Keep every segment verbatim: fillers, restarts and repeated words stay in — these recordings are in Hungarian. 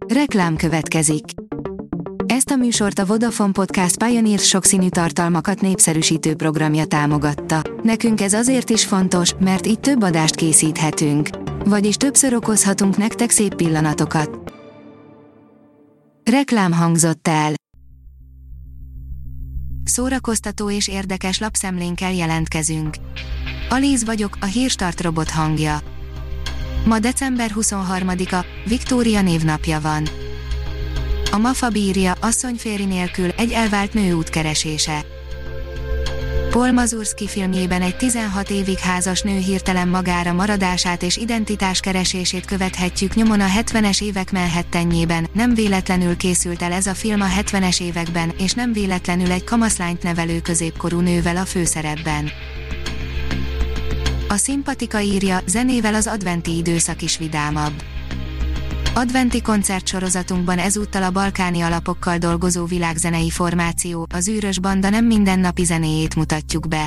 Reklám következik. Ezt a műsort a Vodafone Podcast Pioneer sokszínű tartalmakat népszerűsítő programja támogatta. Nekünk ez azért is fontos, mert így több adást készíthetünk. Vagyis többször okozhatunk nektek szép pillanatokat. Reklám hangzott el. Szórakoztató és érdekes lapszemlénkkel jelentkezünk. Alíz vagyok, a Hírstart robot hangja. Ma december huszonharmadika, Viktória névnapja van. A MAFA bírja, asszonyférj nélkül, egy elvált nő útkeresése. Paul Mazursky filmjében egy tizenhat évig házas nő hirtelen magára maradását és identitáskeresését követhetjük nyomon a hetvenes évek Manhattanjében. Nem véletlenül készült el ez a film a hetvenes években, és nem véletlenül egy kamaszlányt nevelő középkorú nővel a főszerepben. A Szimpatika írja, zenével az adventi időszak is vidámabb. Adventi koncertsorozatunkban ezúttal a balkáni alapokkal dolgozó világzenei formáció, az Űrös Banda nem mindennapi zenéjét mutatjuk be.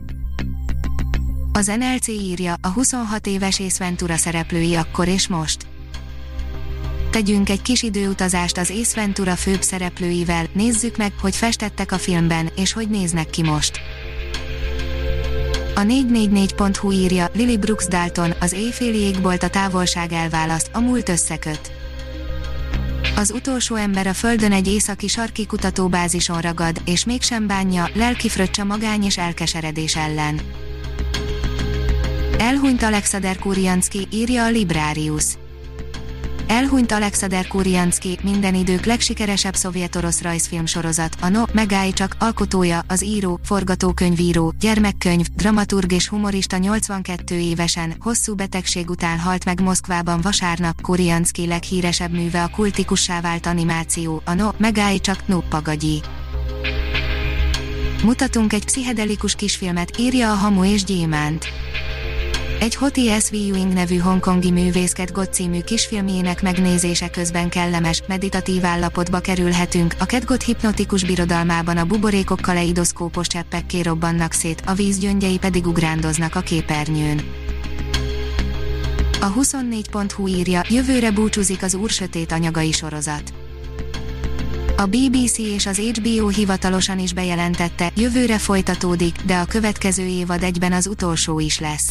Az en el cé írja, a huszonhat éves Ace Ventura szereplői akkor és most. Tegyünk egy kis időutazást az Ace Ventura főbb szereplőivel, nézzük meg, hogy festettek a filmben, és hogy néznek ki most. A négy négy négy pont hu írja, Lily Brooks Dalton, az éjféli égbolt a távolság elválaszt, a múlt összeköt. Az utolsó ember a Földön egy északi sarki kutatóbázison ragad, és mégsem bánja, lelki fröccs a magány és elkeseredés ellen. Elhunyt Alexander Kurjanszky, írja a Librarius. Elhunyt Alexander Kurjanszky, minden idők legsikeresebb szovjet-orosz rajzfilmsorozat, a No, Megállj csak, alkotója, az író, forgatókönyvíró, gyermekkönyv, dramaturg és humorista nyolcvankét évesen, hosszú betegség után halt meg Moszkvában vasárnap. Kurjanszky leghíresebb műve a kultikussá vált animáció, a No, Megállj csak, No, Pagagyi. Mutatunk egy pszichedelikus kisfilmet, írja a Hamu és Gyémánt. Egy Hot Yes Viewing nevű hongkongi művészket Got című kisfilmjének megnézése közben kellemes, meditatív állapotba kerülhetünk, a Catgot hipnotikus birodalmában a buborékok kaleidoszkópos cseppekké robbannak szét, a víz gyöngyei pedig ugrándoznak a képernyőn. A huszonnégy pont hu írja, jövőre búcsúzik az Úr sötét anyagai sorozat. A bé bé cé és az há bé o hivatalosan is bejelentette, jövőre folytatódik, de a következő évad egyben az utolsó is lesz.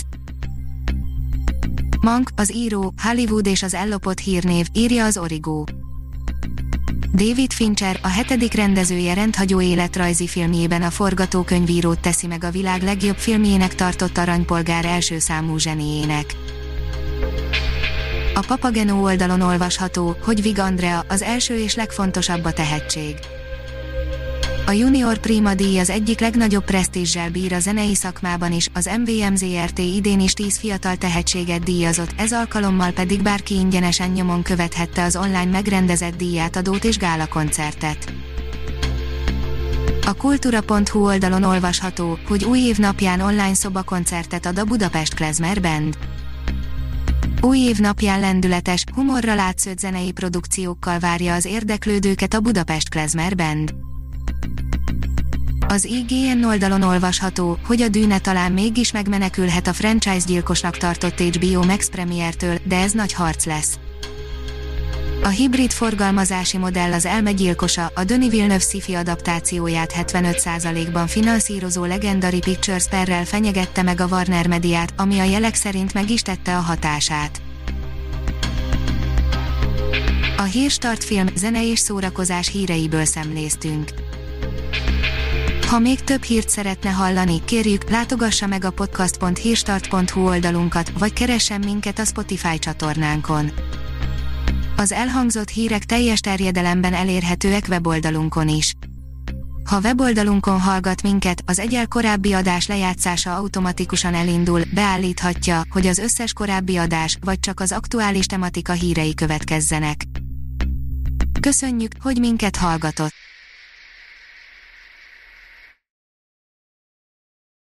Mank, az író, Hollywood és az ellopott hírnév, írja az Origo. David Fincher, a hetedik rendezője rendhagyó életrajzi filmjében a forgatókönyvírót teszi meg a világ legjobb filmjének tartott aranypolgár első számú zseniének. A Papageno oldalon olvasható, hogy Vig Andrea, az első és legfontosabb a tehetség. A Junior Prima díj az egyik legnagyobb presztízsel bír a zenei szakmában is, az em vé em zé er té idén is tíz fiatal tehetséget díjazott, ez alkalommal pedig bárki ingyenesen nyomon követhette az online megrendezett díjátadót és gálakoncertet. A kultúra pont hu oldalon olvasható, hogy új év napján online szobakoncertet ad a Budapest Klezmer Band. Új év napján lendületes, humorral átszőtt zenei produkciókkal várja az érdeklődőket a Budapest Klezmer Band. Az i gé en oldalon olvasható, hogy a Dűne talán mégis megmenekülhet a franchise-gyilkosnak tartott há bé o Max premiertől, de ez nagy harc lesz. A hibrid forgalmazási modell az Elme gyilkosa, a Denis Villeneuve sci-fi adaptációját hetvenöt százalékban finanszírozó Legendary Pictures perrel fenyegette meg a Warner Mediát, ami a jelek szerint meg is tette a hatását. A Hírstart film, zene és szórakozás híreiből szemléztünk. Ha még több hírt szeretne hallani, kérjük, látogassa meg a podcast pont hírstart pont hu oldalunkat, vagy keressen minket a Spotify csatornánkon. Az elhangzott hírek teljes terjedelemben elérhetőek weboldalunkon is. Ha weboldalunkon hallgat minket, az egyel korábbi adás lejátszása automatikusan elindul, beállíthatja, hogy az összes korábbi adás, vagy csak az aktuális tematika hírei következzenek. Köszönjük, hogy minket hallgatott!